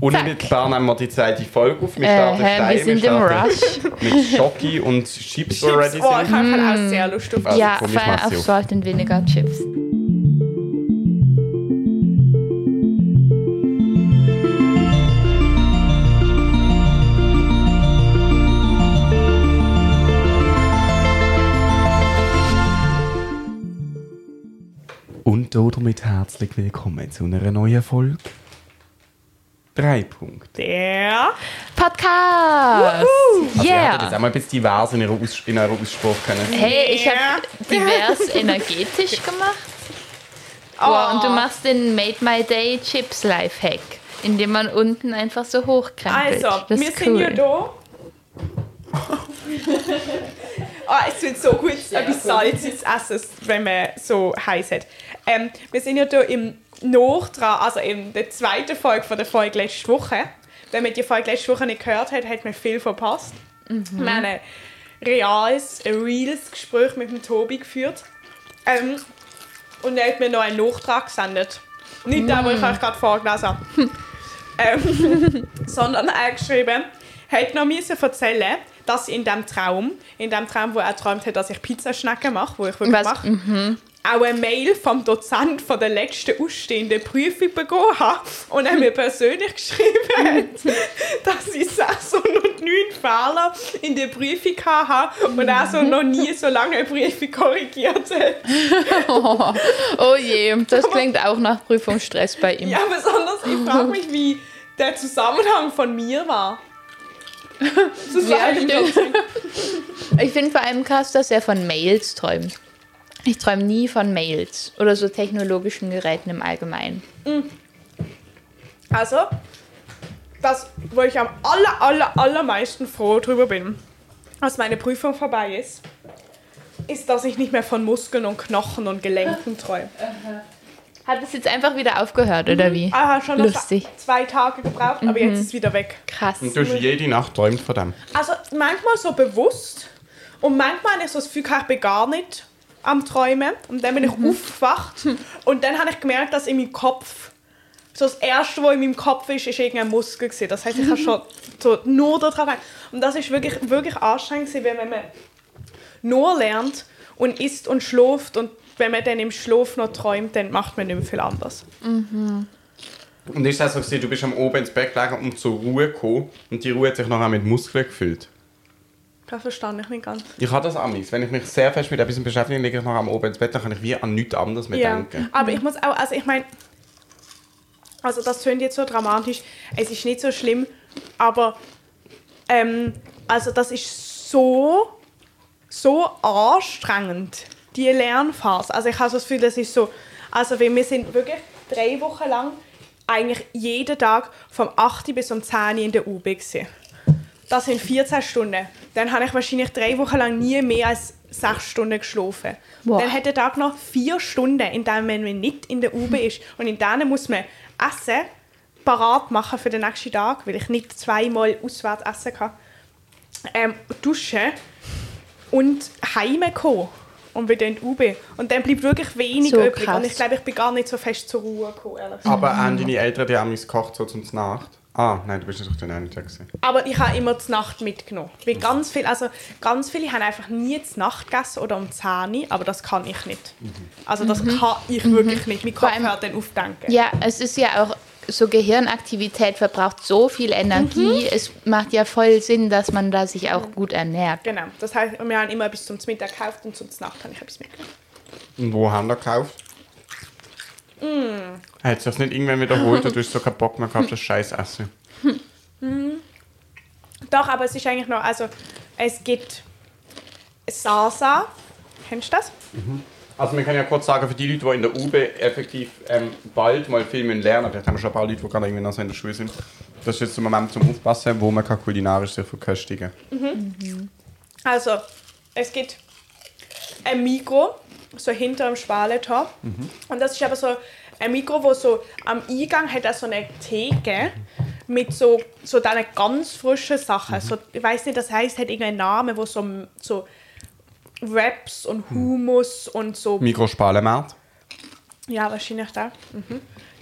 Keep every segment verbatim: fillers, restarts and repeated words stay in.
Unmittelbar nehmen wir die zweite Folge auf. Wir Äh, starten hä, steil. wir sind im Rush. Mit Schoki und Chips, die ready Oh, ich sind. habe mm. auch sehr Lust auf Also, Ja, komm, ich vor allem mach sie auf auf. Salt und Vinegar Chips. Und damit herzlich willkommen zu einer neuen Folge. Drei Punkte. Der Podcast! Also ihr hättet Yeah! jetzt auch mal ein bisschen divers in eurer, Aus- in eurer Aussprache können. Hey, ich Ja. habe divers energetisch gemacht. Wow, und du machst den Made My Day Chips Lifehack, indem man unten einfach so hochkrempelt. Also, das wir ist sind cool. ja da. Ah, es wird so gut, etwas Salz ins Essen, wenn man so heiß hat. Ähm, wir sind ja hier im Nachtrag, also in der zweiten Folge von der Folge letzte Woche. Wenn man die Folge letzte Woche nicht gehört hat, hat man viel verpasst. Mhm. Wir haben ein reales, ein reales Gespräch mit dem Tobi geführt. Ähm, und er hat mir noch einen Nachtrag gesendet. Nicht den, den ich euch gerade vorgelesen habe. ähm, sondern er hat geschrieben, er hat noch müssen erzählen, dass in diesem Traum, in dem Traum, wo er träumt hat, dass ich Pizzaschnecken mache, wo ich wirklich Was? mache, Mhm. auch eine Mail vom Dozent von der letzten ausstehenden Prüfung bekommen habe und er mir persönlich geschrieben hat, dass ich sechshundertneun Fehler in der Prüfung habe und er so noch nie so lange eine Prüfung korrigiert hat. Oh, oh je, das klingt auch nach Prüfungsstress bei ihm. Ja, besonders, ich frage mich, wie der Zusammenhang von mir war. Zu Ja, seinem stimmt. Dozent. Ich finde vor allem krass, dass er von Mails träumt. Ich träume nie von Mails oder so technologischen Geräten im Allgemeinen. Also, das, wo ich am aller, aller, allermeisten froh drüber bin, dass meine Prüfung vorbei ist, ist, dass ich nicht mehr von Muskeln und Knochen und Gelenken träume. Hat es jetzt einfach wieder aufgehört, oder wie? Ah, schon noch Lustig. zwei Tage gebraucht, aber jetzt ist es wieder weg. Krass. Und du hast jede Nacht träumt von dem. Also manchmal so bewusst und manchmal habe ich so das Gefühl, ich bin gar nicht am Träumen. Und dann bin ich aufgewacht und dann habe ich gemerkt, dass in meinem Kopf, so das Erste, was in meinem Kopf ist, ist irgendein Muskel gewesen. Das heisst, ich habe schon so nur daran rein. Und das ist wirklich, wirklich anstrengend gewesen, wenn man nur lernt und isst und schläft und wenn man dann im Schlaf noch träumt, dann macht man nicht mehr viel anders. Und ist das so gewesen, du bist am oben ins Bett gelegen und zur Ruhe gekommen und die Ruhe hat sich nachher mit Muskeln gefüllt? Das verstehe ich nicht ganz. Ich habe das amigs. Wenn ich mich sehr fest mit etwas beschäftige, lege ich nachher am oben ins Bett, dann kann ich wie an nichts anderes mehr Ja, denken. aber ich muss auch, also ich meine, also das klingt jetzt so dramatisch, es ist nicht so schlimm, aber ähm, also das ist so, so anstrengend, die Lernphase. Also ich habe so das Gefühl, das ist so, also wir sind wirklich drei Wochen lang eigentlich jeden Tag vom acht bis um zehn in der U B gewesen. Das sind vierzehn Stunden. Dann habe ich wahrscheinlich drei Wochen lang nie mehr als sechs Stunden geschlafen. Wow. Dann hat der Tag noch vier Stunden, in denen man nicht in der U B ist. Und in denen muss man Essen parat machen für den nächsten Tag, weil ich nicht zweimal auswärts essen kann. Ähm, duschen und heimkommen und wieder in die U B. Und dann bleibt wirklich wenig So übrig. krass. Und ich glaube, ich bin gar nicht so fest zur Ruhe gekommen, ehrlich gesagt. Aber haben deine Eltern dir amigs gekocht so zum Nacht? Ah, nein, du bist natürlich dann auch nicht da gewesen. Aber ich habe immer die Nacht mitgenommen. Weil ganz, viel, also ganz viele haben einfach nie die Nacht gegessen oder um zehn Uhr, aber das kann ich nicht. Also das kann ich wirklich nicht. Mein Kopf allem- hört dann auf denken. Ja, es ist ja auch so, Gehirnaktivität verbraucht so viel Energie. Es macht ja voll Sinn, dass man da sich auch gut ernährt. Genau. Das heißt, wir haben immer bis zum Mittag gekauft und zum Nacht habe ich etwas mitgenommen. Und wo haben wir gekauft? Mm. Hat sich das nicht irgendwann wiederholt und du hast so keinen Bock mehr gehabt, das Scheiß essen? Doch, aber es ist eigentlich noch, also es gibt Sasa. Kennst du das? Also wir können ja kurz sagen, für die Leute, die in der U B effektiv ähm, bald mal viel lernen, vielleicht haben wir schon ein paar Leute, die gerade irgendwie noch so in der Schule sind, das ist jetzt der Moment zum Aufpassen, wo man kann kulinarisch sich verköstigen kann. Also, es gibt ein Mikro, so hinter dem Spaletor. Mhm. Und das ist aber so ein Mikro, wo so am Eingang hat er so eine Theke mit so, so diesen ganz frischen Sachen. Mhm. So, ich weiß nicht, das heisst, hat irgendeinen Namen, wo so, so Wraps und Hummus und so. Mikrospalenmarkt. Ja, wahrscheinlich da. Mhm.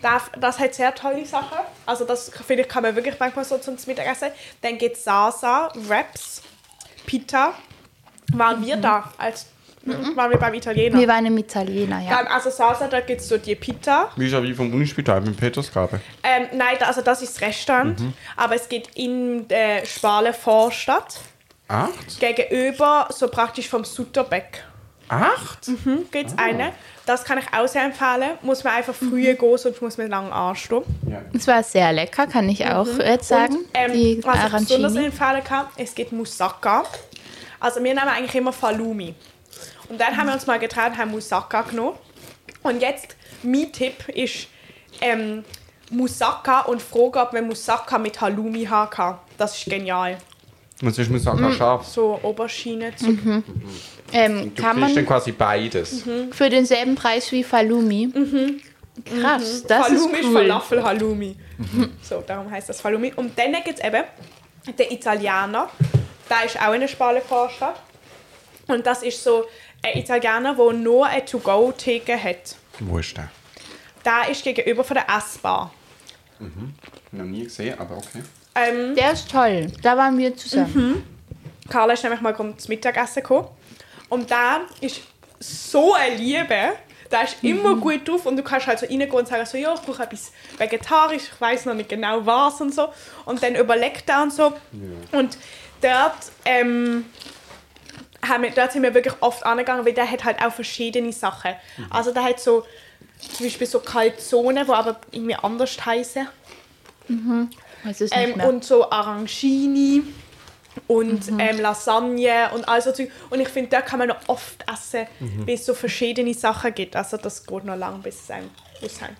Das, das hat sehr tolle Sachen. Also das finde ich, kann man wirklich manchmal so zum Mittagessen. Dann gibt es Sasa, Wraps, Pita. Waren wir da? Als, mhm. Waren wir beim Italiener? Wir waren im Italiener, ja. Dann, also Sasa, da gibt es so die Pita. Vis-à-vis vom Unispital mit Petersgrabe. Ähm, nein, da, also das ist das Restaurant. Mhm. Aber es geht in der Spale Vorstadt. Acht? Gegenüber, so praktisch vom Sutterbeck. Acht? Mhm, gibt es oh. eine. Das kann ich auch sehr empfehlen. Muss man einfach früher mhm. gehen, sonst muss man lange anstehen. Ja. Es war sehr lecker, kann ich auch mhm. jetzt sagen. Und, ähm, die was Arancini. ich besonders empfehlen kann, es gibt Moussaka. Also wir nehmen eigentlich immer Falumi. Und dann mhm. haben wir uns mal getraut und haben Moussaka genommen. Und jetzt, mein Tipp ist ähm, Moussaka und frage, ob man Moussaka mit Halloumi haben kann. Das ist genial. Was ist Moussaka mhm. scharf? So Aubergine. Mhm. Mhm. Ähm, du kann kriegst man dann quasi beides. Mhm. Für denselben Preis wie Falumi. Mhm. Krass, mhm. das Falumi ist cool. Falafel Halloumi. Mhm. So, darum heißt das Falumi. Und dann gibt es eben den Italiener. Der ist auch in der Spalenvorstadt. Und das ist so ein Italiener, der nur eine To-Go-Theke hat. Wo ist der? Der ist gegenüber von der S-Bar. Mhm. Noch nie gesehen, aber okay. Ähm, der ist toll. Da waren wir zusammen. Mhm. Carla ist nämlich mal zum Mittagessen gekommen. Und der ist so eine Liebe. Der ist mhm. immer gut drauf. Und du kannst halt so reingehen und sagen, so, ja, ich brauche etwas vegetarisch, ich weiss noch nicht genau was und so. Und dann überlegt er und so. Ja. Und dort, ähm, haben wir, dort sind wir wirklich oft angegangen, weil der hat halt auch verschiedene Sachen. Mhm. Also der hat so, zum Beispiel so Calzone, die aber irgendwie anders heißen. Mhm. Ähm, und so Arancini und mhm. ähm, Lasagne und all so Zeug. Und ich finde, da kann man noch oft essen, mhm. bis es so verschiedene Sachen gibt. Also das geht noch lange, bis es einem aushängt.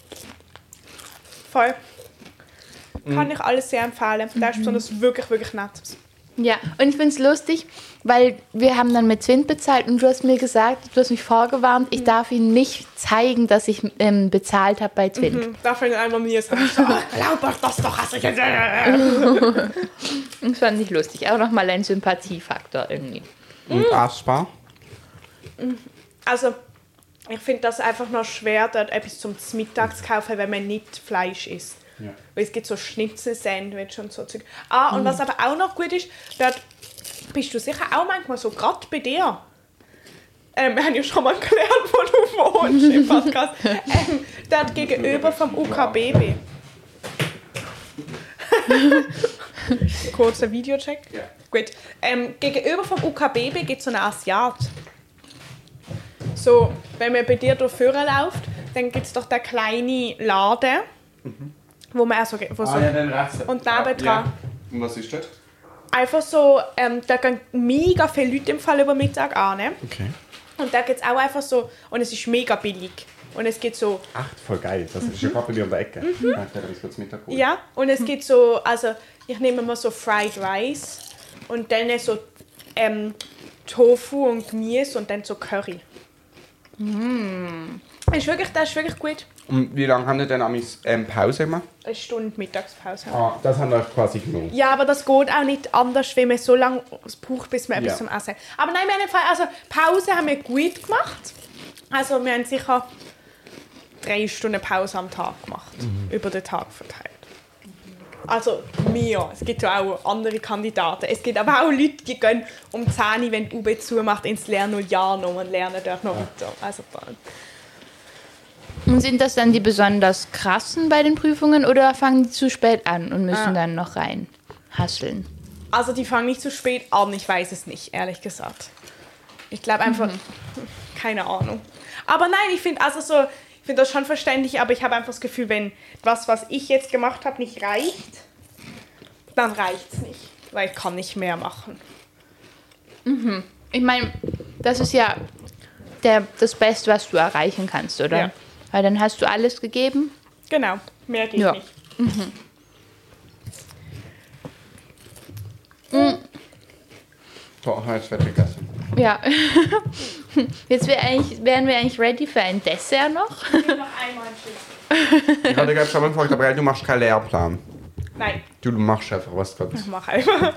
Voll. Mhm. Kann ich alles sehr empfehlen. Mhm. Der ist besonders wirklich, wirklich nett. Ja, und ich finde es lustig, weil wir haben dann mit Zwind bezahlt und du hast mir gesagt, du hast mich vorgewarnt, ich darf ihm nicht zeigen, dass ich ähm, bezahlt habe bei Zwind. Mhm, darf ich einmal mir sagen, so, glaub euch das doch, hast du jetzt. Das fand ich lustig, auch nochmal ein Sympathiefaktor irgendwie. Und mhm. Aschbar? Also, ich finde das einfach noch schwer, dort etwas zum Mittag zu kaufen, wenn man nicht Fleisch isst. Ja. Weil es gibt so Schnitzel-Sandwich und so Zeug. Ah, und mm. was aber auch noch gut ist, dort bist du sicher auch manchmal so, gerade bei dir. Ähm, wir haben ja schon mal gelernt, wo du wohnst im Podcast. ähm, dort gegenüber vom U K B B. Kurzer Videocheck. Ja. Gut. Ähm, gegenüber vom U K B B gibt es so einen Asiat. So, wenn man bei dir durch Führer läuft, dann gibt es doch den kleinen Laden. Mhm. Wo man auch so, wo so ah, ja, den rechts. Und neben dran. Ja. Und was ist das? Einfach so, ähm, da gehen mega viele Leute im Fall über Mittag an. Ne? Okay. Und da gibt es auch einfach so, und es ist mega billig. Und es gibt so... Ach, voll geil. Das ist ja gerade bei mir um die Ecke. Mhm. Ja, das kurz Mittag holen. Ja, und es gibt so, also ich nehme mal so Fried Rice und dann so ähm, Tofu und Gemüse und dann so Curry. Mm. Das ist wirklich, das ist wirklich gut. Und wie lange haben wir denn am ähm, Pause gemacht? Eine Stunde Mittagspause. Ah, das haben wir quasi genommen. Ja, aber das geht auch nicht anders, wenn man so lange braucht, bis man etwas ja. zum Essen hat. Aber nein, wir haben Fall, also Pause haben wir gut gemacht. Also wir haben sicher drei Stunden Pause am Tag gemacht, mhm. über den Tag verteilt. Also mir, es gibt ja auch andere Kandidaten. Es gibt aber auch Leute, die gehen um zehn Uhr, wenn die U B zumacht, ins Lernjahr noch und lernen dort noch weiter. Also, und sind das dann die besonders krassen bei den Prüfungen oder fangen die zu spät an und müssen ah. dann noch rein hasseln? Also die fangen nicht zu spät an, ich weiß es nicht, ehrlich gesagt. Ich glaube einfach, mhm. keine Ahnung. Aber nein, ich finde also so, ich finde das schon verständlich, aber ich habe einfach das Gefühl, wenn das, was ich jetzt gemacht habe, nicht reicht, dann reicht es nicht, weil ich kann nicht mehr machen. Mhm. Ich meine, das ist ja der, das Beste, was du erreichen kannst, oder? Ja. Weil dann hast du alles gegeben. Genau, mehr geht ja. nicht. Mhm. Mhm. So, jetzt wird gegessen. Ja. Jetzt wär eigentlich, wären wir eigentlich ready für ein Dessert noch. Ich will noch einmal ein Schiff. Ich hatte gerade schon mal gefragt, aber du machst keinen Lehrplan. Nein. Du, du machst einfach was du Ich mach einfach.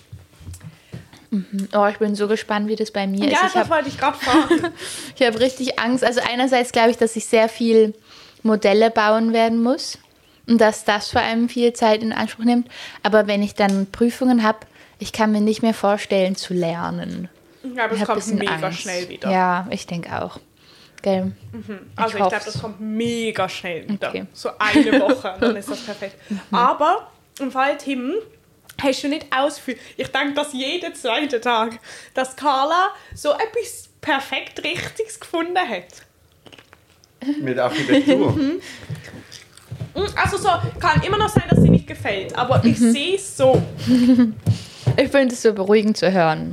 Mhm. Oh, ich bin so gespannt, wie das bei mir ja, ist. Ja, ich das hab, wollte ich gerade fragen. Ich habe richtig Angst. Also einerseits glaube ich, dass ich sehr viel Modelle bauen werden muss und dass das vor allem viel Zeit in Anspruch nimmt. Aber wenn ich dann Prüfungen habe, ich kann mir nicht mehr vorstellen zu lernen. Ja, aber Ich es hab kommt bisschen mega Angst. schnell wieder. Ja, ich denke auch. Gell? Also ich, hoff's. glaube, das kommt mega schnell wieder. Okay. So eine Woche, dann ist das perfekt. Aber im Fall Tim, hast du nicht ausgeführt, ich denke, dass jeden zweiten Tag, dass Carla so etwas perfekt Richtiges gefunden hat. Mit Architektur. Also so, kann immer noch sein, dass sie nicht gefällt, aber ich sehe es so. Ich finde es so beruhigend zu hören.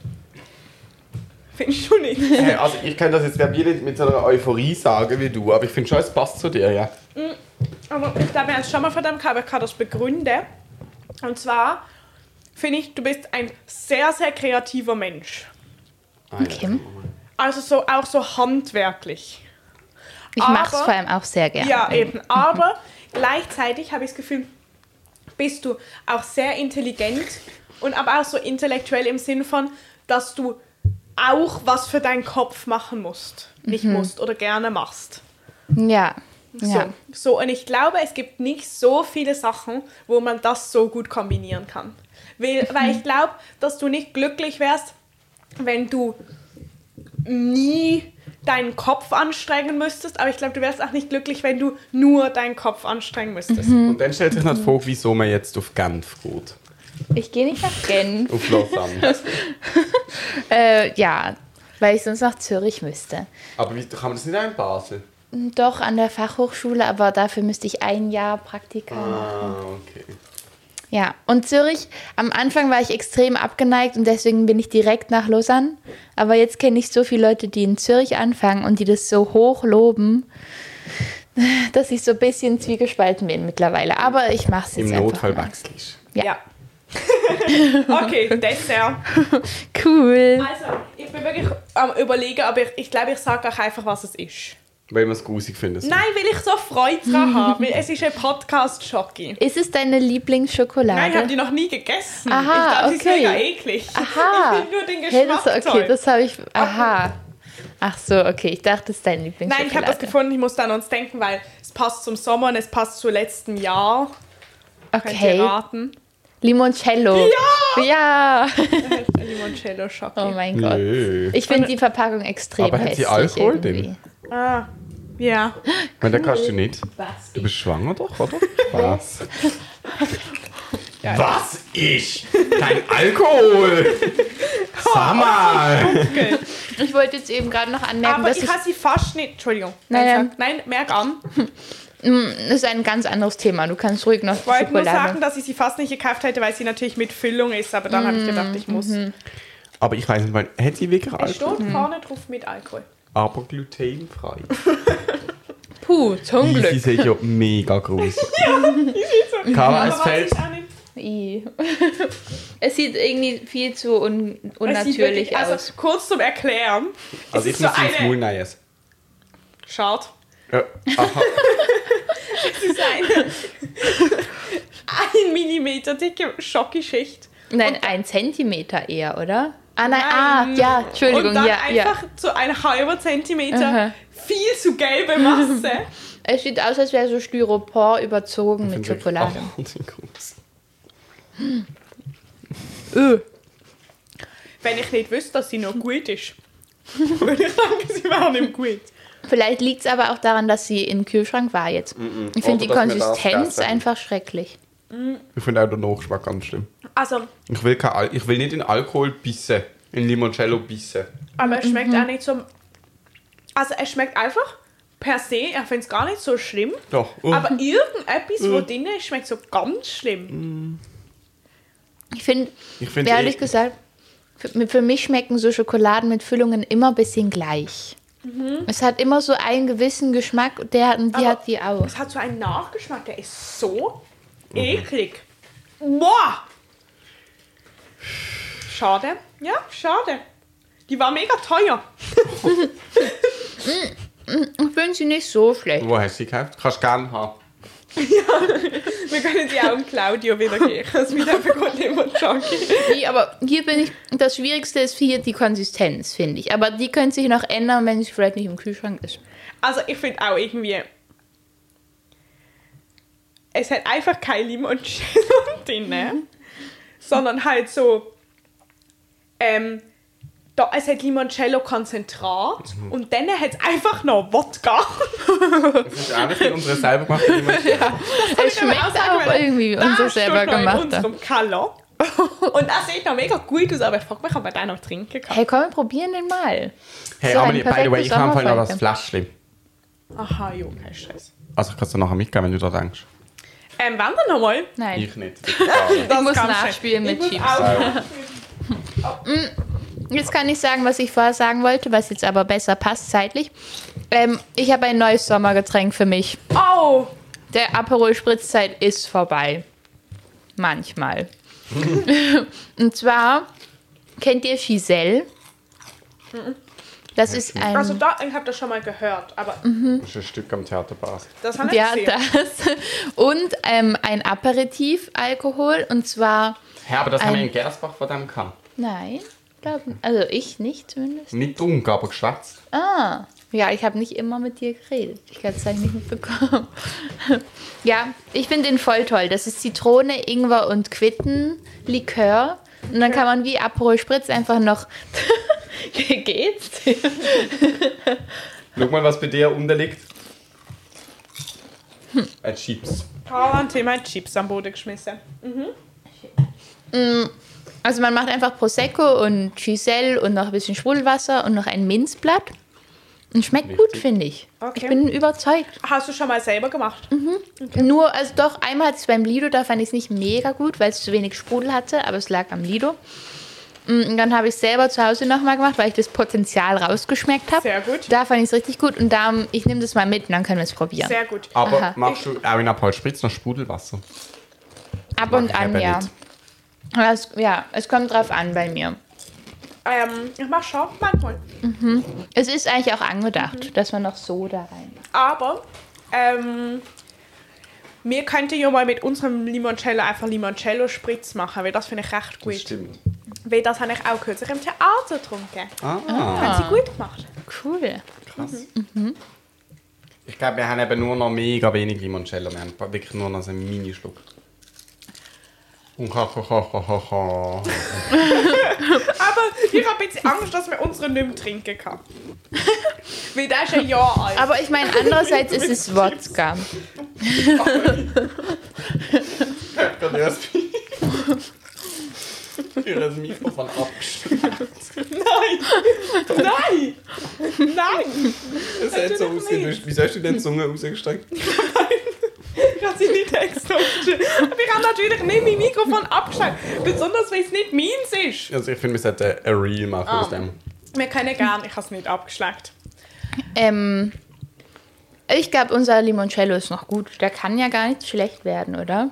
Findest du nicht? Hey, also ich kann das jetzt bei mir nicht mit so einer Euphorie sagen wie du, aber ich finde schon, es passt zu dir, ja. Aber ich glaube, wir haben es schon mal von dem gehabt, ich kann das begründen. Und zwar finde ich, du bist ein sehr, sehr kreativer Mensch. Okay. Also so, auch so handwerklich. Ich Aber- mache es vor allem auch sehr gerne. Ja, eben. Aber gleichzeitig habe ich das Gefühl, bist du auch sehr intelligent und aber auch so intellektuell im Sinn von, dass du auch was für deinen Kopf machen musst. Nicht musst oder gerne machst. Ja. So. Ja. so, und ich glaube, es gibt nicht so viele Sachen, wo man das so gut kombinieren kann. Weil, weil ich glaube, dass du nicht glücklich wärst, wenn du nie deinen Kopf anstrengen müsstest, aber ich glaube, du wärst auch nicht glücklich, wenn du nur deinen Kopf anstrengen müsstest. Und dann stellt sich noch die Frage, wieso man jetzt auf Genf geht. Ich gehe nicht nach Genf. Auf Lausanne. äh, ja, weil ich sonst nach Zürich müsste. Aber wie kann man das nicht auch in Basel? Doch, an der Fachhochschule, aber dafür müsste ich ein Jahr Praktika machen. Ah, okay. Ja, und Zürich, am Anfang war ich extrem abgeneigt und deswegen bin ich direkt nach Lausanne. Aber jetzt kenne ich so viele Leute, die in Zürich anfangen und die das so hoch loben, dass ich so ein bisschen zwiegespalten bin mittlerweile. Aber ich mache es jetzt Im einfach Notfall mal. wechselst Ja. Ja. Okay, Dessert. Cool. Also, ich bin wirklich am überlegen, aber ich, ich glaube, ich sage auch einfach, was es ist. Weil man es grusig findet. Nein, weil ich so Freude daran habe, weil es ist ein Podcast-Schocki. Ist es deine Lieblingsschokolade? Nein, ich habe die noch nie gegessen. Aha, ich dachte, sie ist okay. mega eklig. Aha. Ich will nur den Hey, Geschmack das, okay, toll. das habe ich. Aha. Ach so, okay. Ich dachte, das ist deine Lieblingsschokolade. Nein, ich habe das gefunden, ich muss an uns denken, weil es passt zum Sommer und es passt zu letztem Jahr. Könnt ihr Okay. raten? Limoncello. Ja! Ja! Limoncello Schocki. Oh mein Gott. Nö. Ich finde die Verpackung extrem Aber hat sie hässlich Alkohol irgendwie. drin? Ah, ja. Weil da kannst du nicht. Du bist schwanger doch, oder? Was? Ja. Was? Ich? Kein Alkohol! Sag mal! Okay. Ich wollte jetzt eben gerade noch anmerken, Aber dass ich ich, habe sie fast nicht... Entschuldigung. Nein, Nein, sag- Nein, merk an. das ist ein ganz anderes Thema. Du kannst ruhig noch Ich wollte nur Schokolade. sagen, dass ich sie fast nicht gekauft hätte, weil sie natürlich mit Füllung ist. Aber dann habe ich gedacht, ich muss. Aber ich weiß nicht, weil hat sie wirklich Es Alkohol? steht vorne drauf mit Alkohol. Aber glutenfrei. Puh, zum Sie Glück. sind ja mega grusig. Carla, es Aber was fällt. ist auch nicht... I. Es sieht irgendwie viel zu un Es sieht unnatürlich wirklich, also aus. kurz zum Erklären. Also es ich ist muss so ins eine- Maul nehmen. Schade. Ja. Aha. Es ist eine ein Millimeter dicke Schokoschicht. Nein, ein Zentimeter eher, oder? Ah, nein, Nein. ah, ja, Entschuldigung, Und dann ja, ja. einfach so ein halber Zentimeter Aha. viel zu gelbe Masse. Es sieht aus, als wäre so Styropor überzogen mit Finde ich Schokolade. wirklich- Ach, die grusig. Öh. Wenn ich nicht wüsste, dass sie noch gut ist, würde ich sagen, sie wäre nicht gut. Vielleicht liegt es aber auch daran, dass sie im Kühlschrank war jetzt. Ich finde die Oder dass wir das Konsistenz gegessen haben. einfach schrecklich. Ich finde auch den Nachgeschmack ganz schlimm. Also, Ich will, kein Al ich will nicht in Alkohol bissen. In Limoncello bissen. aber es schmeckt Mhm. auch nicht so... Also es schmeckt einfach per se, ich finde es gar nicht so schlimm. Doch. Uh. Aber irgendetwas, wo drin ist, schmeckt so ganz schlimm. Ich finde, Ich finde ehrlich eh- gesagt, für, für mich schmecken so Schokoladen mit Füllungen immer ein bisschen gleich. Es hat immer so einen gewissen Geschmack, und der hat, und die Aber hat die auch. Es hat so einen Nachgeschmack, der ist so eklig. Boah! Schade. Ja, schade. Die war mega teuer. Ich finde sie nicht so schlecht. Wo hast du sie gekauft? Kannst du gerne haben. Wir können die auch um Claudio wieder geben. Das mit dem bekommt immer Junkie. Nee, aber hier bin ich, das Schwierigste ist hier die Konsistenz, finde ich. Aber die könnte sich noch ändern, wenn sie vielleicht nicht im Kühlschrank ist. Also ich finde auch irgendwie, es hat einfach kein Limoncello drin, mhm. sondern halt so, ähm, da, es hat Limoncello-Konzentrat mhm. und dann hat es einfach noch Wodka. Das ist auch nicht unsere selber gemachte Limoncello. Ja. Es schmeckt auch, auch irgendwie unser selber gemacht. In unserem Keller. Und das sieht noch mega gut aus, aber ich frage mich, ob man den noch trinken kann. Hey, komm, wir probieren den mal. Hey, so Amelie, by the way, ich habe vorhin noch das Fläschchen. Aha, jo, kein Stress. Also ich kann es dir nachher mitgeben, wenn du da denkst. Ähm, wann denn nochmal? Nein. Ich nicht. Ich muss nachspielen mit Chips. Jetzt kann ich sagen, was ich vorher sagen wollte, was jetzt aber besser passt zeitlich. Ähm, ich habe ein neues Sommergetränk für mich. Oh! Der Aperol Spritzzeit ist vorbei. Manchmal. Und zwar, kennt ihr Giselle? Das ist ein... Also da, ich habe das schon mal gehört, aber... Mhm. Das ist ein Stück am Theaterpass. Das habe ich Ja, gesehen. das. Und ähm, ein Aperitif-Alkohol, und zwar... Ja, aber das ein, haben wir in Gersbach von dem gehabt. Nein, glaub, also ich nicht zumindest. Nicht dunkel, aber geschwätzt. Ah, ja, ich habe nicht immer mit dir geredet. Ich kann es halt nicht mitbekommen. Ja, ich finde den voll toll. Das ist Zitrone, Ingwer und Quittenlikör. Und dann kann man wie Aperol Spritz einfach noch... Wie geht's dir? Schau mal, was bei dir unterliegt. Hm. Äh, Chips. Karl hat Thema Chips am Boden geschmissen. Mhm. Also man macht einfach Prosecco und Giselle und noch ein bisschen Sprudelwasser und noch ein Minzblatt. Und schmeckt Richtig. gut, finde ich. Okay. Ich bin überzeugt. Hast du schon mal selber gemacht? Mhm. Okay. Nur, also doch, einmal hatte ich es beim Lido, da fand ich es nicht mega gut, weil es zu wenig Sprudel hatte, aber es lag am Lido. Und dann habe ich es selber zu Hause nochmal gemacht, weil ich das Potenzial rausgeschmeckt habe. Sehr gut. Da fand ich es richtig gut und da, ich nehme das mal mit und dann können wir es probieren. Sehr gut. Aber Aha. machst du auch in Aperol Spritz noch Sprudelwasser? Ab Mach und ich an, eben ja. nicht. Aber es, ja, es kommt drauf an bei mir. Ähm, ich mach schon manchmal. Es ist eigentlich auch angedacht, dass man noch Soda rein macht. Aber, ähm, wir könnten ja mal mit unserem Limoncello einfach Limoncello-Spritz machen, weil das finde ich recht gut. Das stimmt. Weil das habe ich auch kürzlich im Theater getrunken. Ah, Haben sie gut gemacht. Cool. krass. Mhm. Ich glaube, wir haben eben nur noch mega wenig Limoncello. Wir haben wirklich nur noch so einen Minischluck. Und ha, ha, ha, ha, ha, ha. Aber ich habe ein bisschen Angst, dass man unsere nicht mehr trinken kann. Weil der ist ein Jahr alt. Aber ich meine, andererseits ist es Wodka. Gerade erst für das Mikrofon abgeschnitten. Nein! Nein! Nein! Es hat so ausgesehen. Wieso hast du denn die Zunge rausgestreckt? Ich habe sie nicht extra aufgestellt. Aber ich habe natürlich nicht mein Mikrofon abgestellt. Besonders, weil es nicht meins ist. Also ich finde, wir sollten ein Reel machen Ah. aus dem. Wir können gerne, ich habe es nicht abgeschleckt. Ähm, ich glaube, unser Limoncello ist noch gut. Der kann ja gar nicht schlecht werden, oder?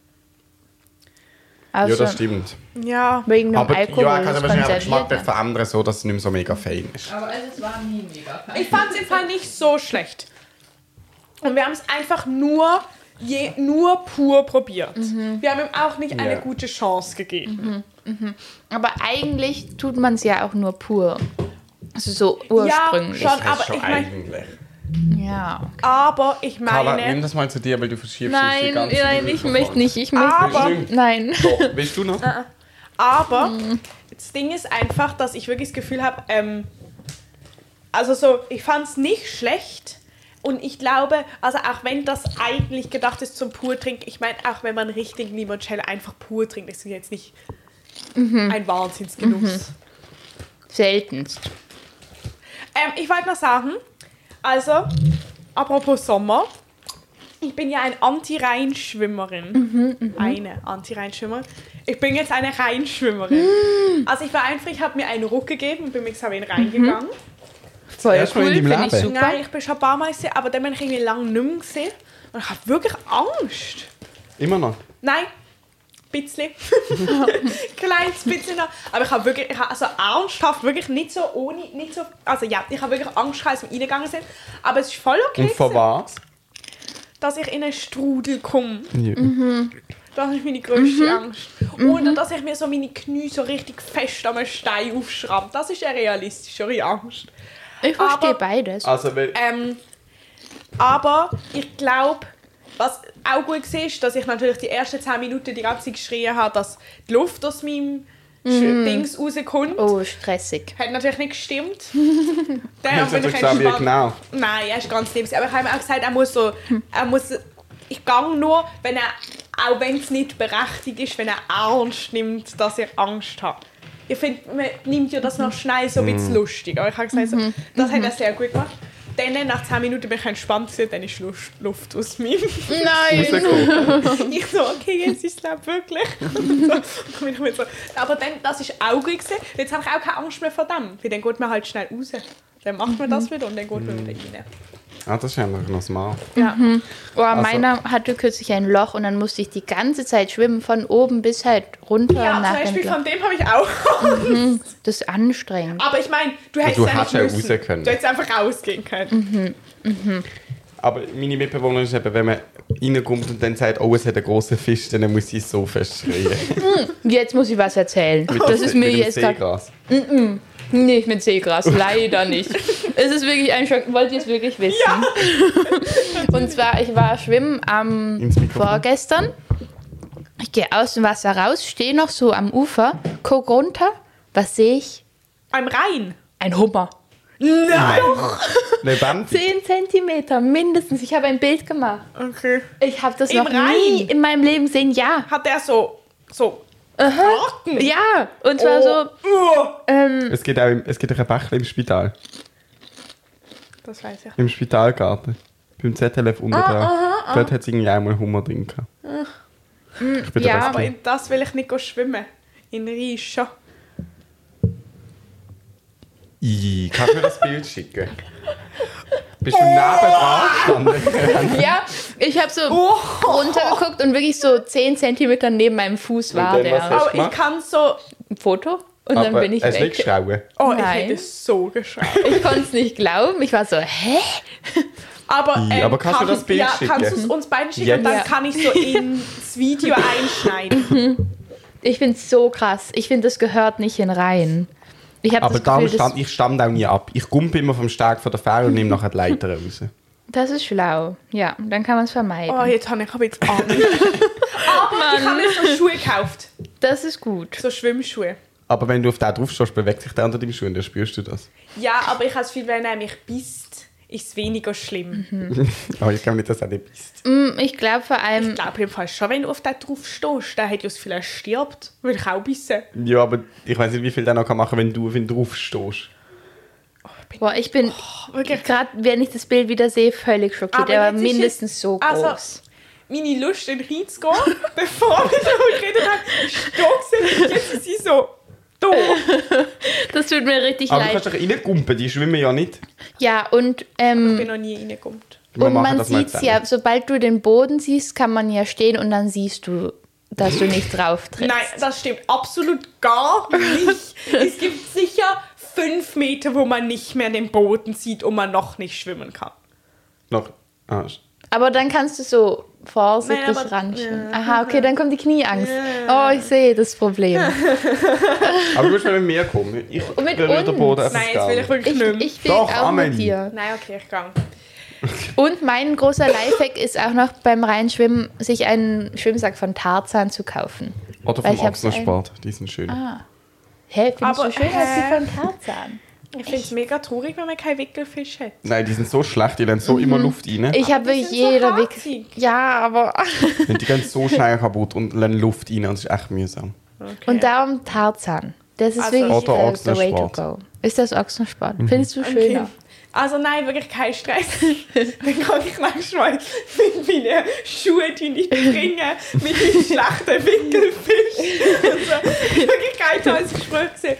Also, Ja, das stimmt. Ja. wegen dem Aber Alkohol ja, kann ist er wahrscheinlich auch konserviert. geschmacklich verändern, so dass es nicht mehr so mega fein ist. Aber es war nie mega fein. Ich fand es im Fall nicht so schlecht. Und wir haben es einfach nur, je, nur pur probiert. Wir haben ihm auch nicht eine Ja. gute Chance gegeben. Aber eigentlich tut man es ja auch nur pur. Also so ursprünglich. schon. Das Aber heißt schon ich mein- eigentlich. Ja. Okay. Aber ich Carla, nimm meine... das mal zu dir, weil du verschiebst jetzt die Nein, ganze nein, ich Mikrofon. möchte nicht. Ich möchte Aber- nicht. Nein. Doch, willst du noch? Aber das Ding ist einfach, dass ich wirklich das Gefühl habe, ähm, also so, ich fand es nicht schlecht. Und ich glaube, also auch wenn das eigentlich gedacht ist zum pur trinken, ich meine, auch wenn man richtig Limoncello einfach pur trinkt, ist es jetzt nicht ein Wahnsinnsgenuss. Seltenst. Ähm, ich wollte noch sagen, also, apropos Sommer, ich bin ja eine Anti-Rheinschwimmerin. Eine Anti-Rheinschwimmerin. Ich bin jetzt eine Rheinschwimmerin. Also ich war einfach, ich habe mir einen Ruck gegeben und bin mit Xavier reingegangen. Voll Erstmal cool, in deinem finde ich Leben? super. Nein, ich bin schon ein paar Mal gesehen, aber dann bin ich irgendwie lange nicht mehr gesehen. Und ich habe wirklich Angst. Immer noch. Nein, ein bisschen. Kleines bisschen noch. Aber ich habe wirklich, ich habe also ernsthaft wirklich nicht so ohne, nicht so, also ja, ich habe wirklich Angst, gehabt, als wir reingegangen sind. Aber es ist voll okay, Und vor was? dass ich in einen Strudel komme. Ja. Das ist meine grösste Angst. Oder dass ich mir so meine Knie so richtig fest am Stein aufschraube. Das ist eine realistischere Angst. Ich verstehe Aber- beides. Also, weil, Ähm, aber ich glaube, was auch gut war, ist, dass ich natürlich die ersten zehn Minuten die ganze Zeit geschrien habe, dass die Luft aus meinem mm. Dings rauskommt. Oh, stressig. Hat natürlich nicht gestimmt. Dann Hast du gesagt, wie genau? Nein, er ist ganz lieb. Aber ich habe ihm auch gesagt, er muss so... Er muss, ich gehe nur, wenn er, auch wenn es nicht berechtigt ist, wenn er ernst nimmt, dass ich Angst habe. Ich finde, man nimmt ja das noch schnell so ein bisschen lustig. Aber ich habe gesagt, so, das hat er sehr gut gemacht. Dann, nach zehn Minuten bin ich entspannt, dann ist Luft aus mir. Nein! Ich so, okay, jetzt ist es wirklich. So, so. Aber dann, das war auch gut gewesen. Jetzt habe ich auch keine Angst mehr vor dem. Weil dann geht man halt schnell raus. Dann macht man das wieder und dann geht man wieder rein. Ah, das ist ja noch smart. Ja. Mhm. Oh, also, meiner hatte kürzlich ein Loch und dann musste ich die ganze Zeit schwimmen, von oben bis halt runter. Ja, nach zum Beispiel dem von dem habe ich auch. Mhm. Das ist anstrengend. Aber ich meine, du hättest du ja nicht ja müssen. raus können. Du hättest einfach rausgehen können. Mhm. Mhm. Aber meine Mitbewohnerin ist eben, wenn man reinkommt und dann sagt, oh, es hat einen grossen Fisch, dann muss ich so fest schreien. Jetzt muss ich was erzählen. Mit das ist mir mit jetzt Seegras. grad... Nicht mit Seegras, leider nicht. Es ist wirklich ein Schock. Wollt ihr es wirklich wissen? Ja. Und zwar, ich war schwimmen am vorgestern. Ich gehe aus dem Wasser raus, stehe noch so am Ufer, guck runter. Was sehe ich? Am Rhein? Ein Hummer. Nein! Lebendig? Zehn Zentimeter mindestens. Ich habe ein Bild gemacht. Okay. Ich habe das Im noch Rhein? nie in meinem Leben gesehen. Ja. Hat der so... so Garten? Ja. Und zwar oh. so... Uh. Ähm, es gibt auch im, es gibt auch ein Bächle im Spital. Das weiß ich. Im Spitalgarten. Beim Z L F unten Ah, dran. aha, ah. Dort hat es irgendwie einmal Hummer drin gehabt. Ich bin ja, der Aber Beste. in das will ich nicht schwimmen. In Rhein schon. Ih, kannst du mir das Bild schicken? Bist du nebenan gestanden? ja, ich habe so Oh. runtergeguckt und wirklich so zehn Zentimeter neben meinem Fuß war Und dann, was der. hast Aber ich gemacht? kann so... Ein Foto und dann Aber bin ich hast du nicht weg. geschrauen? Oh, ich Nein. hätte so geschrien. Ich konnte es nicht glauben. Ich war so, hä? Aber, Ja, ähm, aber kannst du kann- das Bild ja, schicken? kannst du es uns beiden schicken Jetzt? und dann Ja. kann ich so ins Video einschneiden. Ich finde es so krass. Ich finde, das gehört nicht in Reihen. Ich habe Aber das darum Gefühl, stand, das, ich stand auch nie ab. Ich gumpe immer vom Steg von der Fähre und nehme nachher die Leiter raus. das ist schlau. Ja, dann kann man es vermeiden. Oh, jetzt habe ich aber jetzt Angst. Aber ich habe mir so Schuhe gekauft. Das ist gut. So Schwimmschuhe. Aber wenn du auf den drauf stehst, bewegt sich der unter deinem Schuh und dann spürst du das. Ja, aber ich habe das Gefühl, wenn er mich beißt, ist es weniger schlimm. Aber ich glaube nicht, dass er nicht bist. Mm, Ich glaube vor allem, Ich glaube jedenfalls schon, wenn du auf den drauf stehst, dann hat ja das Gefühl, er stirbt. Würde ich auch bissen. Ja, aber ich weiß nicht, wie viel der noch machen kann, wenn du auf ihn drauf stehst. boah, ich bin Wirklich. gerade, wenn ich das Bild wieder sehe, völlig schockiert. Aber Der war jetzt ist mindestens es- so groß. also, meine Lust, in den Rhein zu gehen, bevor wir darüber geredet haben, ist da gewesen. Jetzt ist sie so da. Das tut mir richtig Aber du leid. kannst doch reingumpen, die schwimmen ja nicht. Ja, und, Ich ähm, bin noch nie reingekommen. Wir und machen man das mal sieht ja, sobald du den Boden siehst, kann man ja stehen und dann siehst du, dass du nicht drauf trittst. Nein, das stimmt absolut gar nicht. Es gibt sicher fünf Meter, wo man nicht mehr den Boden sieht und man noch nicht schwimmen kann. Noch. Ah, Aber dann kannst du so vorsichtig Nein, aber- ranschwimmen. ja. Aha, okay, dann kommt die Knieangst. Oh, ich sehe das Problem. aber du musst mal mit mir kommen. Ich Und mit berühre den uns? Boden einfach Nein, jetzt gar will ich nicht. wirklich Ich, nicht mehr. ich will Doch, auch Amelie. mit dir. Nein, okay, ich gehe. Und mein großer Lifehack ist auch noch beim Reinschwimmen, sich einen Schwimmsack von Tarzan zu kaufen. Oder Weil vom ich hab's Ochsensport, die sind schön. Ah. Hä, findest Aber, du schöner als die hä? von Tarzan? Ich finde es mega traurig, wenn man keinen Wickelfisch hat. Nein, die sind so schlecht, die lassen so immer Luft rein. Ich habe die wirklich sind so jeder Weg. harzig. Ja, aber. Und die gehen so schnell kaputt und lassen Luft rein und es ist echt mühsam. Okay. Und darum Tarzan. Das ist Also- wirklich Oder the, the way to Ochsensport. go. Ist das Ochsensport? Findest du Okay. schöner? Also nein, wirklich kein Stress. Dann kann ich manchmal mit meinen Schuhen die nicht bringen, mit meinem schlechten Wickelfisch. Also, wirklich kein tolles Gespräch gewesen.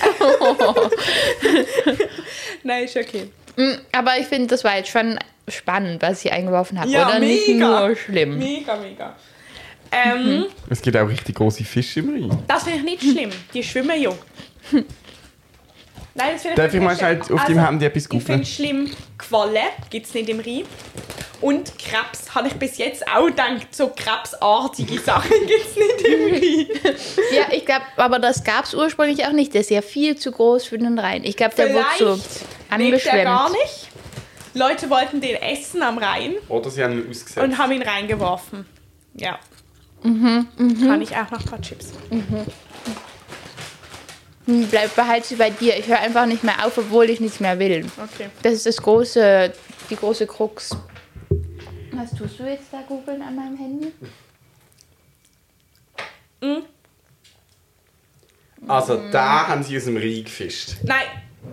Nein, ist okay. Mm, Aber ich finde, das war jetzt schon spannend, was ich eingeworfen habe. Ja, Oder nicht mega. nur schlimm. Mega, mega. Ähm, Es gibt auch richtig große Fische im Rhein. Das finde ich nicht schlimm. Die schwimmen ja. Nein, das finde ich Darf ich wirklich mal nicht schnell schlimm. auf deinem Handy etwas Ich googeln? finde schlimm, Qualle gibt es nicht im Rhein. Und Krebs habe ich bis jetzt auch gedacht, so krebsartige Sachen gibt es nicht im Rhein. Ja, ich glaube, aber das gab es ursprünglich auch nicht. Der ist ja viel zu groß für den Rhein. Ich glaube, der wurde so Vielleicht lebt er gar angeschwemmt. nicht. Leute wollten den essen am Rhein Oder sie haben ihn ausgesetzt. und haben ihn reingeworfen. Ja. Mhm, mhm. Kann ich auch noch ein paar Chips. Bleib, behalt sie bei dir. Ich höre einfach nicht mehr auf, obwohl ich nicht mehr will. Okay. Das ist das große, die große Krux. Was tust du jetzt da googeln an meinem Handy? Mhm. Also da haben sie aus dem Rhein gefischt. Nein,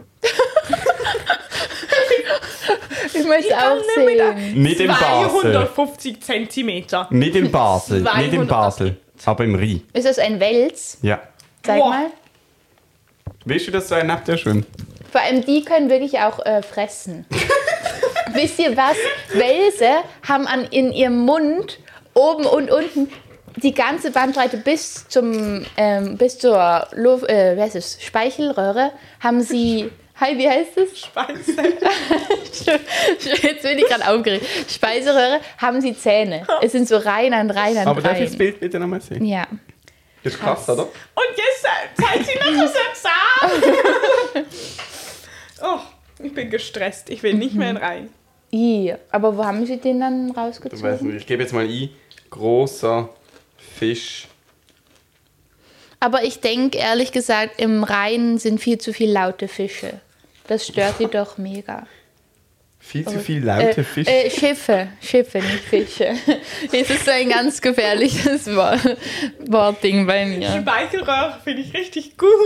Ich möchte Ich kann auch nicht mit der- sehen. Nicht in Basel. zweihundertfünfzig Zentimeter. Nicht in Basel. Nicht in zweihundert. Basel. Aber im Rhein. Ist das ein Wels? Ja. Zeig Boah. mal. Weißt du, dass so ein Nap der schwimmt? Vor allem die können wirklich auch äh, fressen. Wisst ihr was? Welse haben an, in ihrem Mund oben und unten die ganze Bandbreite bis zum ähm, bis zur Luft, äh, wie heißt es? Speichelröhre haben sie. Hi, wie heißt es? Speise. Jetzt bin ich gerade aufgeregt. Speiseröhre haben sie Zähne. Es sind so Reihen an Reihen an Aber darf ich das Reihen. Bild bitte nochmal sehen? Ja. Das ist krass, oder? Und jetzt äh, zeigt sie noch so Zahn. Oh, ich bin gestresst. Ich will nicht mehr rein. I, aber wo haben sie den dann Ich weiß rausgezogen? nicht. Ich gebe jetzt mal ein. Großer Fisch. Aber ich denke, ehrlich gesagt, im Rhein sind viel zu viele laute Fische. Das stört die doch mega. Viel zu viel laute äh, Fische. Äh, Schiffe, Schiffe, nicht Fische. Es ist so ein ganz gefährliches Wort, Wortding bei mir. Speichelröhre finde ich richtig gut.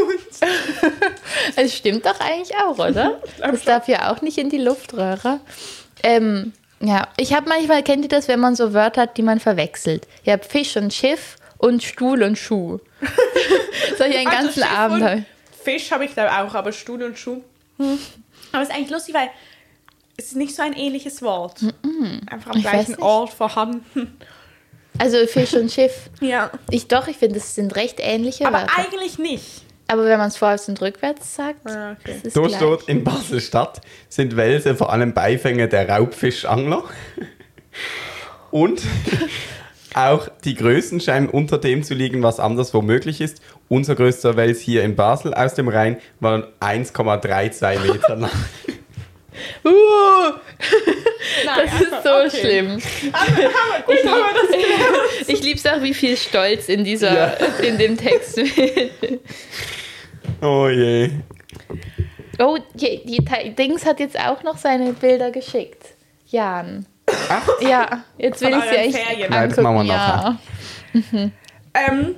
Es stimmt doch eigentlich auch, oder? Das darf ja auch nicht in die Luftröhre. Ähm, ja, ich habe manchmal, kennt ihr das, wenn man so Wörter hat, die man verwechselt? Ihr habt Fisch und Schiff und Stuhl und Schuh. Solch einen Also ganzen Schiff Abend. und hab ich- Fisch habe ich glaube auch, aber Stuhl und Schuh. Aber es ist eigentlich lustig, weil es ist nicht so ein ähnliches Wort. Einfach am Ich weiß gleichen nicht. Ort vorhanden. Also Fisch und Schiff. Ja. Ich doch, ich finde, das sind recht ähnliche Aber Wörter. eigentlich nicht. Aber wenn man es vorwärts und rückwärts sagt, Ah, okay. das ist Da gleich. steht, in Basel-Stadt sind Welse vor allem Beifänger der Raubfischangler. Und auch die Größen scheinen unter dem zu liegen, was anderswo möglich ist. Unser größter Wels hier in Basel aus dem Rhein war eins Komma zweiunddreißig Meter lang. Uh, Nein, das ist so okay. schlimm. Haben wir, haben wir, gut, haben wir das gelernt. Ich liebe es auch, wie viel Stolz in dieser, Ja. in dem Text. Oh je. Oh, die, die Ta- Dings hat jetzt auch noch seine Bilder geschickt. Jan. Ach, Ja, jetzt will Von ich sie euren echt Ferien. Nein, das angucken. machen wir nachher. Ja. Ähm,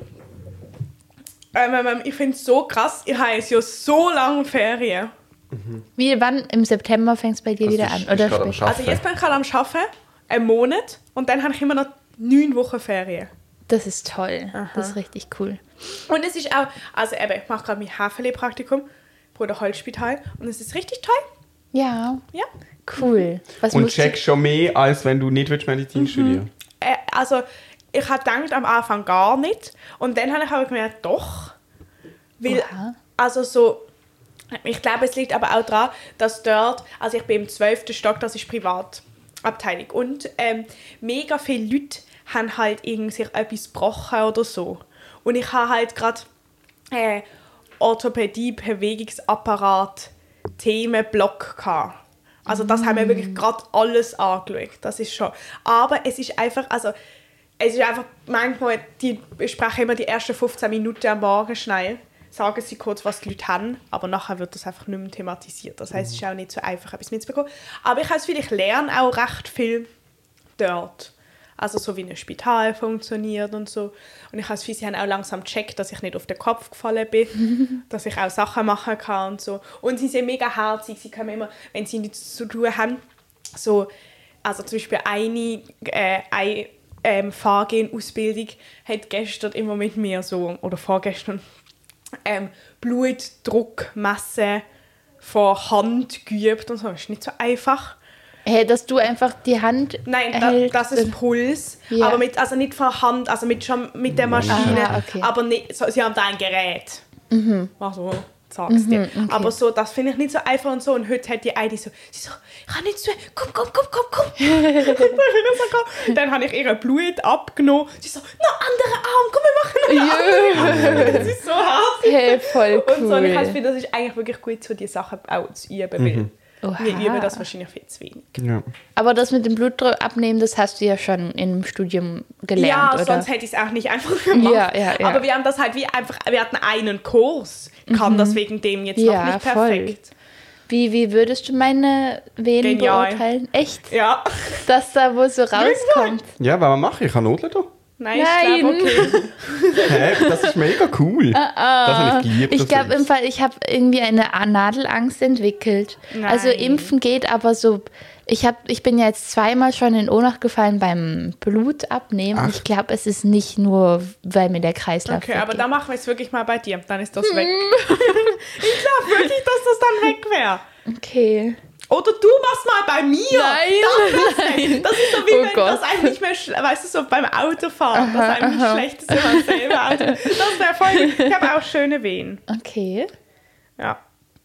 ähm, ähm, ich finde es so krass, ich habe jetzt ja so lange Ferien. Wie, wann? Im September fängt es bei dir Also wieder ich- an? ich Oder gerade am später? Schaffen. Also jetzt bin ich gerade am Arbeiten, einen Monat, und dann habe ich immer noch neun Wochen Ferien. Das ist toll. Aha. Das ist richtig cool. Und es ist auch, also eben, ich mache gerade mein Häferle-Praktikum bei der Holzspital und es ist richtig toll. Ja, Ja. cool. Was und musst check schon mehr, als wenn du nicht willst Medizin studieren. Äh, also ich habe gedacht am Anfang gar nicht und dann habe ich aber gemerkt, doch. Weil, Oha. also so, ich glaube, es liegt aber auch daran, dass dort, also ich bin im zwölften Stock, das ist Privatabteilung und ähm, mega viele Leute haben halt irgendwie sich etwas gebrochen oder so. Und ich habe halt gerade äh, Orthopädie, Bewegungsapparat, Themenblock gehabt. Also das haben wir wirklich gerade alles angeschaut. Das ist schon. Aber es ist einfach, also es ist einfach manchmal, die besprechen immer die ersten fünfzehn Minuten am Morgen schnell, sagen sie kurz, was die Leute haben, aber nachher wird das einfach nicht mehr thematisiert. Das heisst, es ist auch nicht so einfach, etwas mitzubekommen. Aber ich habe das Gefühl, ich lerne auch recht viel dort. Also so wie ein Spital funktioniert und so. Und ich habe das Gefühl, sie haben auch langsam gecheckt, dass ich nicht auf den Kopf gefallen bin, dass ich auch Sachen machen kann und so. Und sie sind mega herzig, sie können immer, wenn sie nichts zu tun haben, so, also zum Beispiel eine, äh, eine ähm, Fahrgehen-Ausbildung hat gestern immer mit mir so, oder vorgestern, ähm, Blutdruck messen von Hand geübt und so. Das ist nicht so einfach. Hey, dass du einfach die Hand Nein, da, hältst das ist und- Puls, Ja. aber mit, also nicht von Hand, also mit, schon mit der Maschine, Ah, okay. aber nicht, so, sie haben da ein Gerät. Mhm. Also, sag's dir. okay. Aber so, das finde ich nicht so einfach und so. Und heute hat die eine so, sie so, ich kann nichts tun, komm, komm, komm, komm, komm. Und dann, bin ich so gekommen. Dann habe ich ihr Blut abgenommen. Sie so, noch anderer Arm, komm, wir machen noch einen anderen. Das ist so hart. Hey, voll cool. Und so, und ich habe das Gefühl, das ist eigentlich wirklich gut, so die Sachen auch zu üben. Weil Oha. Wir üben das wahrscheinlich viel zu wenig. Ja. Aber das mit dem Blutdruck abnehmen, das hast du ja schon im Studium gelernt, Ja, oder? sonst hätte ich es auch nicht einfach gemacht. Ja, ja, ja. Aber wir haben das halt wie einfach, wir hatten einen Kurs, kann das wegen dem jetzt Ja, noch nicht voll. perfekt. Wie, wie würdest du meine Venen Genial. beurteilen? Echt? Ja. Das da, wo so rauskommt? Ja, was mache ich? Ich habe Nudeln da. Nein, ich glaube, okay. Hä? Das ist mega cool. Das habe ich geliebt. Ich das glaube Eis. im Fall, ich habe irgendwie eine Nadelangst entwickelt. Nein. Also impfen geht, aber so, ich, hab, ich bin ja jetzt zweimal schon in Ohnmacht gefallen beim Blutabnehmen. Ach. Ich glaube, es ist nicht nur, weil mir der Kreislauf Okay, aber weggeht. dann machen wir es wirklich mal bei dir. Dann ist das weg. Ich glaube wirklich, dass das dann weg wäre. Okay. Oder du machst mal bei mir. Nein, Das ist so wie Oh wenn Gott. das einem nicht mehr, sch- weißt du, so beim Autofahren, dass einem nicht schlecht ist, wenn man selber Auto. Das wäre voll. Ich habe auch schöne Wehen. Okay. Ja.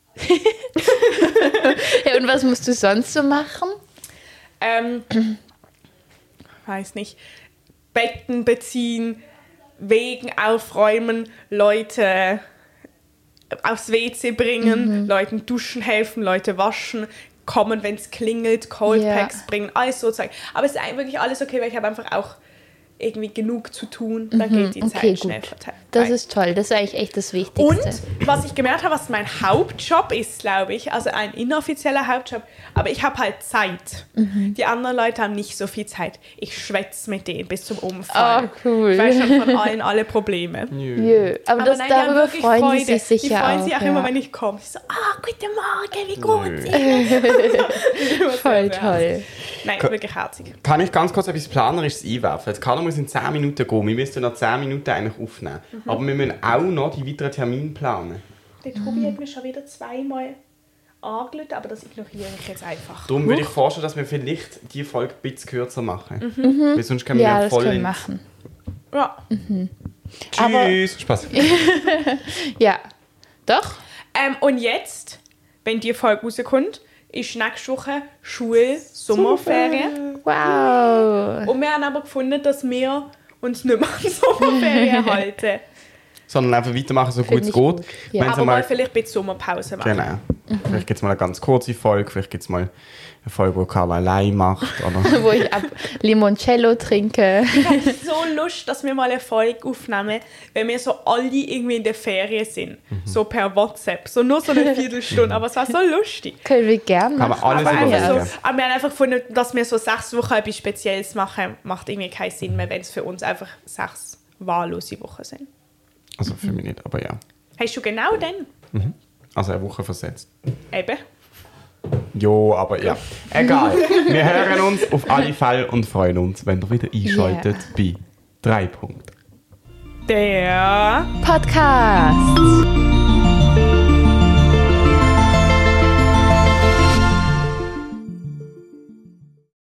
Ja, und was musst du sonst so machen? Ähm, weiß nicht. Betten beziehen, Wegen aufräumen, Leute aufs W C bringen, Mhm. Leuten duschen helfen, Leute waschen, kommen, wenn es klingelt, Coldpacks Ja. bringen, alles so Zeug. Aber es ist eigentlich wirklich alles okay, weil ich habe einfach auch irgendwie genug zu tun. Dann geht die Zeit Okay, schnell gut. verteilt. Das ist toll. Das ist eigentlich echt das Wichtigste. Und was ich gemerkt habe, was mein Hauptjob ist, glaube ich, also ein inoffizieller Hauptjob, aber ich habe halt Zeit. Mhm. Die anderen Leute haben nicht so viel Zeit. Ich schwätze mit denen bis zum Umfallen. Oh, cool. Ich weiß schon von allen alle Probleme. Jö. Aber, das, nein, die haben darüber wirklich freuen Freude. die sich sicher Die freuen auch. sich auch ja. immer, wenn ich komme. Sie so, ah, guten Morgen, wie geht's Nö. Ihnen? Voll toll. Nein, wirklich herzig. Kann ich ganz kurz etwas Planerisches einwerfen? Jetzt Carlo muss in zehn Minuten gehen. Wir müssen noch zehn Minuten eigentlich aufnehmen. Mhm. Aber wir müssen auch noch die weiteren Termine planen. Der Tobi hat mir schon wieder zweimal angerufen, aber das ignoriere ich jetzt einfach. Darum würde ich vorstellen, dass wir vielleicht die Folge ein bisschen kürzer machen. Weil sonst können wir Ja, ja das voll können wir ins- machen. Ja. Aber- Tschüss. Spaß. Ja. Doch? Ähm, und jetzt, wenn die Folge rauskommt, ist nächste Woche Schule, Sommerferien. Wow. Und wir haben aber gefunden, dass wir uns nicht mehr an Sommerferien halten. Sondern einfach weitermachen, so gut Finde es ich geht. gut. Ja. Wenn Aber sie mal mal vielleicht ein bisschen Sommerpause machen. Genau. Vielleicht gibt es mal eine ganz kurze Folge, vielleicht gibt es mal eine Folge, wo Carla allein macht. Oder? Wo ich ab Limoncello trinke. Ich habe so Lust, dass wir mal eine Folge aufnehmen, wenn wir so alle irgendwie in der Ferien sind. So per WhatsApp. So nur so eine Viertelstunde. Aber es war so lustig. Können wir gern Kann machen. man alles Aber, einfach überlegen. so, aber wir haben einfach gefunden, dass wir so sechs Wochen etwas Spezielles machen, macht irgendwie keinen Sinn mehr, wenn es für uns einfach sechs wahllose Wochen sind. Also für mich nicht, aber ja. Hast du genau den? Also eine Woche versetzt. Eben. Jo, aber ja. Egal. Wir hören uns auf alle Fälle und freuen uns, wenn ihr wieder einschaltet bei drei Punkt. Der Podcast.